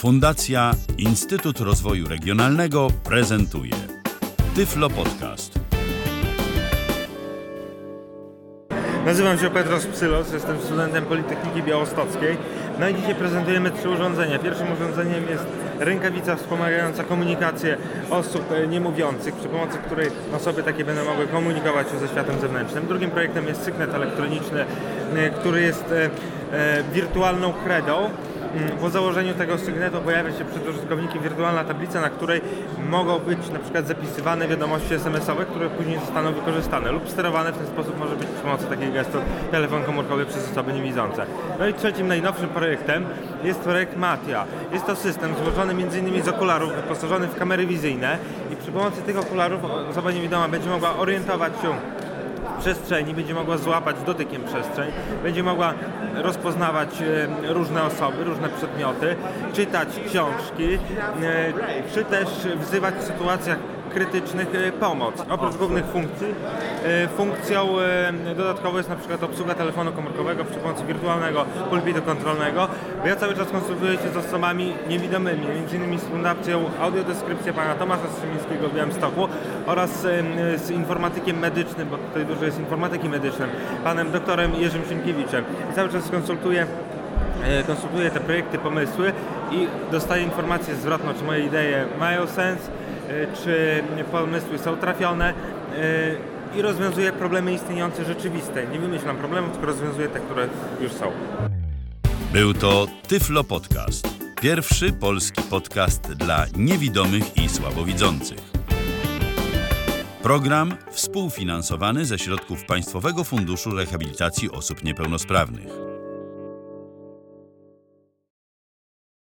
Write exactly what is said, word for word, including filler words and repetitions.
Fundacja Instytut Rozwoju Regionalnego prezentuje Tyflo Podcast. Nazywam się Petros Psylos, jestem studentem Politechniki Białostockiej. No i dzisiaj prezentujemy trzy urządzenia. Pierwszym urządzeniem jest rękawica wspomagająca komunikację osób niemówiących, przy pomocy której osoby takie będą mogły komunikować się ze światem zewnętrznym. Drugim projektem jest sygnet elektroniczny, który jest wirtualną kredą. Po założeniu tego sygnetu pojawia się przed użytkownikiem wirtualna tablica, na której mogą być na przykład zapisywane wiadomości es em es owe, które później zostaną wykorzystane lub sterowane w ten sposób może być przy pomocy takiej gestu telefon komórkowy przez osoby niewidzące. No i trzecim najnowszym projektem jest projekt Matia. Jest to system złożony między innymi z okularów, wyposażony w kamery wizyjne i przy pomocy tych okularów osoba niewidoma będzie mogła orientować się w przestrzeni, będzie mogła złapać dotykiem przestrzeń, będzie mogła rozpoznawać różne osoby, różne przedmioty, czytać książki, czy też wzywać w sytuacjach krytycznych pomoc. Oprócz głównych funkcji, funkcją dodatkową jest na przykład obsługa telefonu komórkowego przy pomocy wirtualnego pulpitu kontrolnego, bo ja cały czas konsultuję się z osobami niewidomymi, między innymi z Fundacją Audiodeskrypcja pana Tomasza Strzymińskiego w Białymstoku oraz z informatykiem medycznym, bo tutaj dużo jest informatyki medycznej, panem doktorem Jerzym Sienkiewiczem. I cały czas konsultuję konsultuję te projekty, pomysły i dostaję informację zwrotną, czy moje idee mają sens, czy pomysły są trafione i rozwiązuję problemy istniejące rzeczywiste. Nie wymyślam problemów, tylko rozwiązuję te, które już są. Był to Tyflo Podcast. Pierwszy polski podcast dla niewidomych i słabowidzących. Program współfinansowany ze środków Państwowego Funduszu Rehabilitacji Osób Niepełnosprawnych.